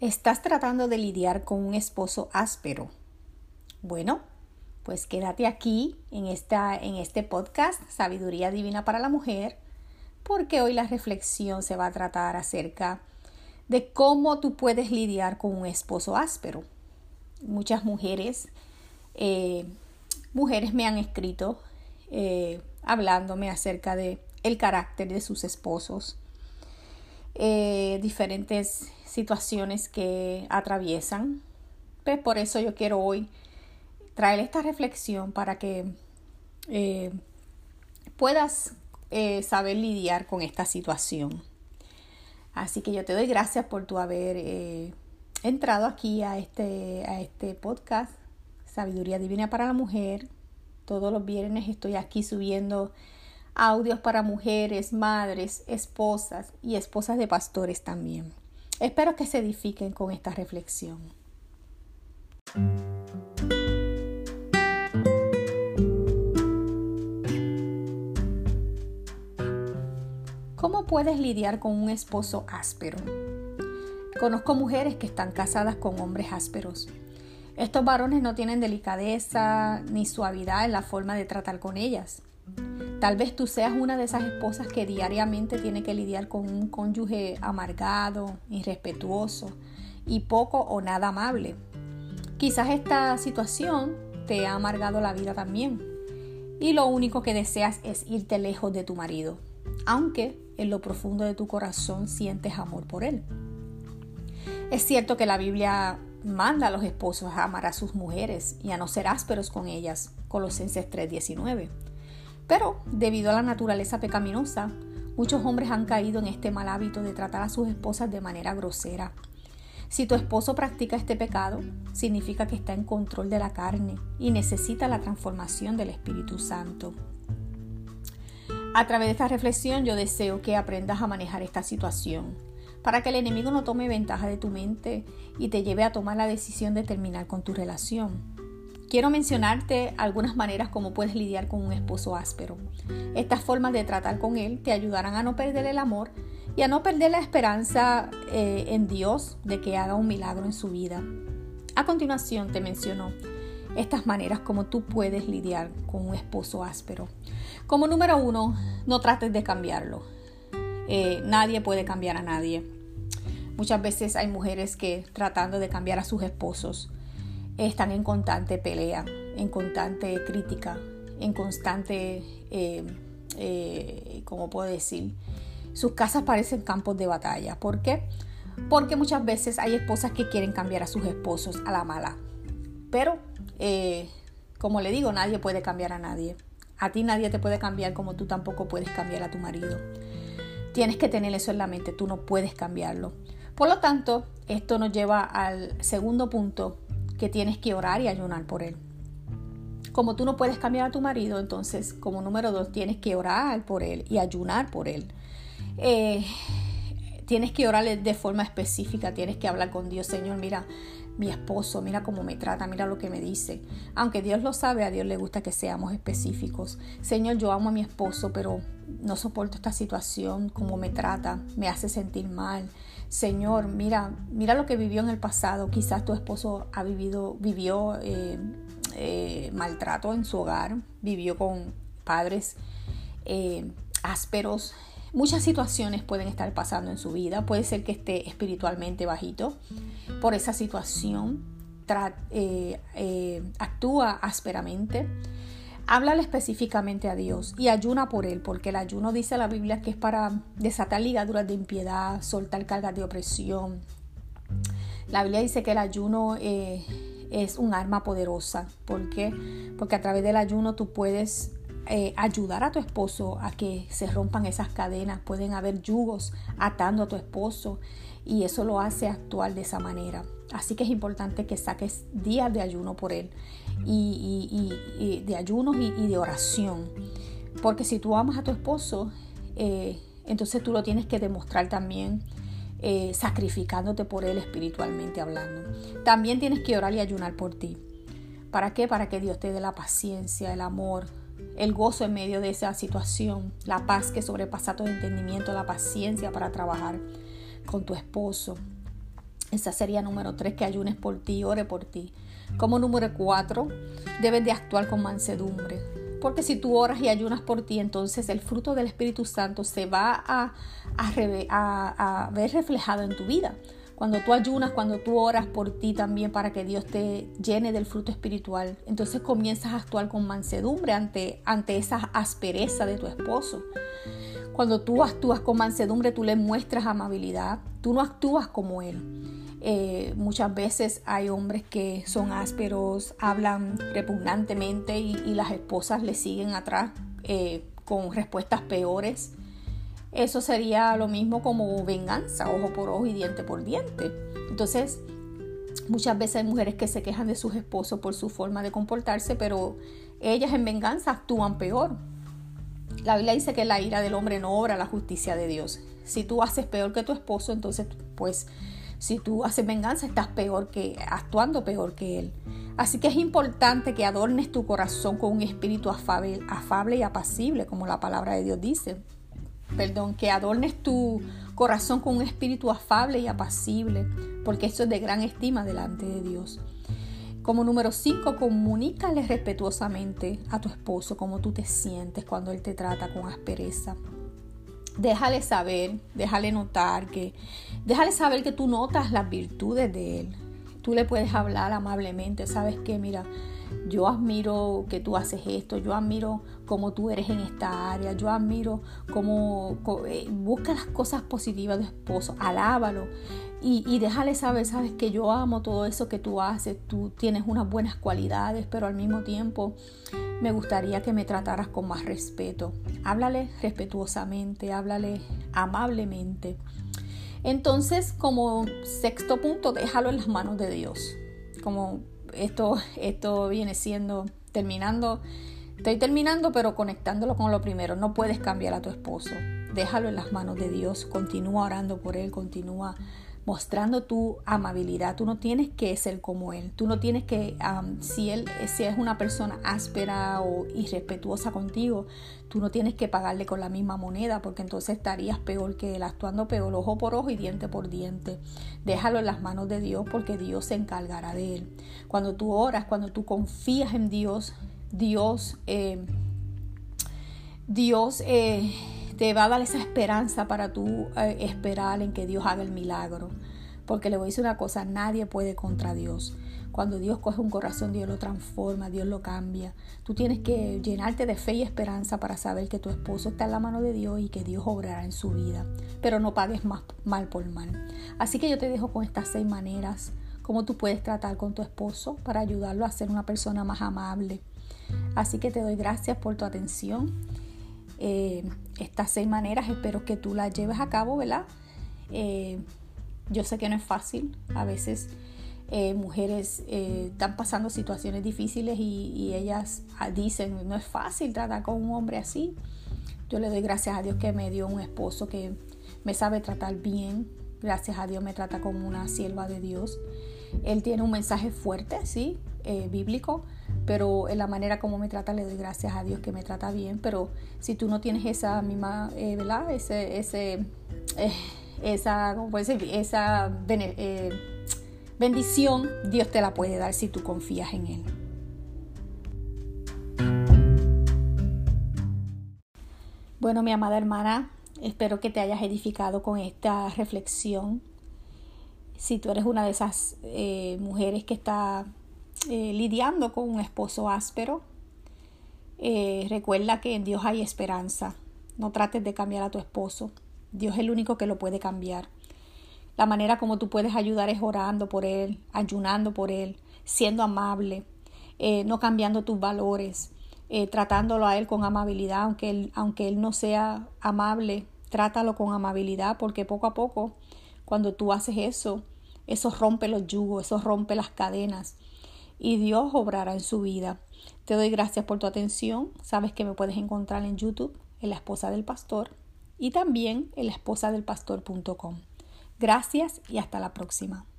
¿Estás tratando de lidiar con un esposo áspero? Bueno, pues quédate aquí en este podcast, Sabiduría Divina para la Mujer, porque hoy la reflexión se va a tratar acerca de cómo tú puedes lidiar con un esposo áspero. Muchas mujeres me han escrito hablándome acerca de el carácter de sus esposos, diferentes situaciones que atraviesan. Pues por eso yo quiero hoy traer esta reflexión para que puedas saber lidiar con esta situación. Así que yo te doy gracias por tu haber entrado aquí a este podcast, Sabiduría Divina para la Mujer. Todos los viernes estoy aquí subiendo audios para mujeres, madres, esposas y esposas de pastores también. Espero que se edifiquen con esta reflexión. ¿Cómo puedes lidiar con un esposo áspero? Conozco mujeres que están casadas con hombres ásperos. Estos varones no tienen delicadeza ni suavidad en la forma de tratar con ellas. Tal vez tú seas una de esas esposas que diariamente tiene que lidiar con un cónyuge amargado, irrespetuoso y poco o nada amable. Quizás esta situación te ha amargado la vida también y lo único que deseas es irte lejos de tu marido, aunque en lo profundo de tu corazón sientes amor por él. Es cierto que la Biblia manda a los esposos a amar a sus mujeres y a no ser ásperos con ellas, Colosenses 3:19. Pero debido a la naturaleza pecaminosa, muchos hombres han caído en este mal hábito de tratar a sus esposas de manera grosera. Si tu esposo practica este pecado, significa que está en control de la carne y necesita la transformación del Espíritu Santo. A través de esta reflexión yo deseo que aprendas a manejar esta situación para que el enemigo no tome ventaja de tu mente y te lleve a tomar la decisión de terminar con tu relación. Quiero mencionarte algunas maneras como puedes lidiar con un esposo áspero. Estas formas de tratar con él te ayudarán a no perder el amor y a no perder la esperanza en Dios de que haga un milagro en su vida. A continuación te menciono estas maneras como tú puedes lidiar con un esposo áspero. Como número 1, no trates de cambiarlo. Nadie puede cambiar a nadie. Muchas veces hay mujeres que tratando de cambiar a sus esposos están en constante pelea, en constante crítica, en constante, ¿cómo puedo decir? Sus casas parecen campos de batalla. ¿Por qué? Porque muchas veces hay esposas que quieren cambiar a sus esposos a la mala. Pero, como le digo, nadie puede cambiar a nadie. A ti nadie te puede cambiar como tú tampoco puedes cambiar a tu marido. Tienes que tener eso en la mente, tú no puedes cambiarlo. Por lo tanto, esto nos lleva al segundo punto, que tienes que orar y ayunar por él. Como tú no puedes cambiar a tu marido, entonces como número 2 tienes que orar por él y ayunar por él. Tienes que orar de forma específica, tienes que hablar con Dios. Señor, mira mi esposo, mira cómo me trata, mira lo que me dice. Aunque Dios lo sabe, a Dios le gusta que seamos específicos. Señor, yo amo a mi esposo, pero no soporto esta situación, cómo me trata, me hace sentir mal. Señor, mira lo que vivió en el pasado. Quizás tu esposo vivió maltrato en su hogar, vivió con padres ásperos. Muchas situaciones pueden estar pasando en su vida. Puede ser que esté espiritualmente bajito por esa situación. Actúa ásperamente. Háblale específicamente a Dios y ayuna por él, porque el ayuno dice la Biblia que es para desatar ligaduras de impiedad, soltar cargas de opresión. La Biblia dice que el ayuno es un arma poderosa. ¿Por qué? Porque a través del ayuno tú puedes ayudar a tu esposo a que se rompan esas cadenas. Pueden haber yugos atando a tu esposo y eso lo hace actuar de esa manera. Así que es importante que saques días de ayuno por él y de ayunos y de oración, porque si tú amas a tu esposo, entonces tú lo tienes que demostrar también sacrificándote por él espiritualmente hablando. También tienes que orar y ayunar por ti. ¿Para qué? Para que Dios te dé la paciencia, el amor, el gozo en medio de esa situación, la paz que sobrepasa todo entendimiento, la paciencia para trabajar con tu esposo. Esa sería número 3, que ayunes por ti, ore por ti. Como número 4, debes de actuar con mansedumbre. Porque si tú oras y ayunas por ti, entonces el fruto del Espíritu Santo se va a ver reflejado en tu vida. Cuando tú ayunas, cuando tú oras por ti también para que Dios te llene del fruto espiritual, entonces comienzas a actuar con mansedumbre ante esa aspereza de tu esposo. Cuando tú actúas con mansedumbre, tú le muestras amabilidad, tú no actúas como él. Muchas veces hay hombres que son ásperos, hablan repugnantemente y las esposas le siguen atrás con respuestas peores. Eso sería lo mismo como venganza, ojo por ojo y diente por diente. Entonces, muchas veces hay mujeres que se quejan de sus esposos por su forma de comportarse, pero ellas en venganza actúan peor. La Biblia dice que la ira del hombre no obra la justicia de Dios. Si tú haces peor que tu esposo, entonces pues si tú haces venganza, estás actuando peor que él. Así que es importante que adornes tu corazón con un espíritu afable y apacible, como la palabra de Dios dice. Que adornes tu corazón con un espíritu afable y apacible, porque eso es de gran estima delante de Dios. Como número 5, comunícale respetuosamente a tu esposo cómo tú te sientes cuando él te trata con aspereza. Déjale saber que tú notas las virtudes de él. Tú le puedes hablar amablemente, ¿sabes qué? Mira, yo admiro que tú haces esto, yo admiro cómo tú eres en esta área, yo admiro cómo busca las cosas positivas de tu esposo, alábalo y déjale saber, ¿sabes? Que yo amo todo eso que tú haces, tú tienes unas buenas cualidades, pero al mismo tiempo me gustaría que me trataras con más respeto. Háblale respetuosamente, háblale amablemente. Entonces, como 6º punto, déjalo en las manos de Dios. Como esto viene siendo estoy terminando, pero conectándolo con lo primero. No puedes cambiar a tu esposo. Déjalo en las manos de Dios. Continúa orando por él, continúa mostrando tu amabilidad. Tú no tienes que ser como él. Tú no tienes que, si es una persona áspera o irrespetuosa contigo, tú no tienes que pagarle con la misma moneda, porque entonces estarías peor que él, actuando peor, ojo por ojo y diente por diente. Déjalo en las manos de Dios, porque Dios se encargará de él. Cuando tú oras, cuando tú confías en Dios, Dios te va a dar esa esperanza para tú esperar en que Dios haga el milagro. Porque le voy a decir una cosa, nadie puede contra Dios. Cuando Dios coge un corazón, Dios lo transforma, Dios lo cambia. Tú tienes que llenarte de fe y esperanza para saber que tu esposo está en la mano de Dios y que Dios obrará en su vida. Pero no pagues más mal por mal. Así que yo te dejo con estas 6 maneras cómo tú puedes tratar con tu esposo para ayudarlo a ser una persona más amable. Así que te doy gracias por tu atención. Estas 6 maneras espero que tú las lleves a cabo, ¿verdad? Yo sé que no es fácil. A veces mujeres están pasando situaciones difíciles y ellas dicen, no es fácil tratar con un hombre así. Yo le doy gracias a Dios que me dio un esposo que me sabe tratar bien. Gracias a Dios me trata como una sierva de Dios. Él tiene un mensaje fuerte, sí, bíblico, pero en la manera como me trata le doy gracias a Dios que me trata bien. Pero si tú no tienes esa misma, ¿verdad? Esa bendición, Dios te la puede dar si tú confías en él. Bueno, mi amada hermana, espero que te hayas edificado con esta reflexión. Si tú eres una de esas mujeres que está lidiando con un esposo áspero, recuerda que en Dios hay esperanza. No trates de cambiar a tu esposo. Dios es el único que lo puede cambiar. La manera como tú puedes ayudar es orando por él, ayunando por él, siendo amable, no cambiando tus valores, tratándolo a él con amabilidad, aunque él no sea amable, trátalo con amabilidad, porque poco a poco, cuando tú haces eso rompe los yugos, eso rompe las cadenas y Dios obrará en su vida. Te doy gracias por tu atención. Sabes que me puedes encontrar en YouTube, en La Esposa del Pastor, y también en laesposadelpastor.com. Gracias y hasta la próxima.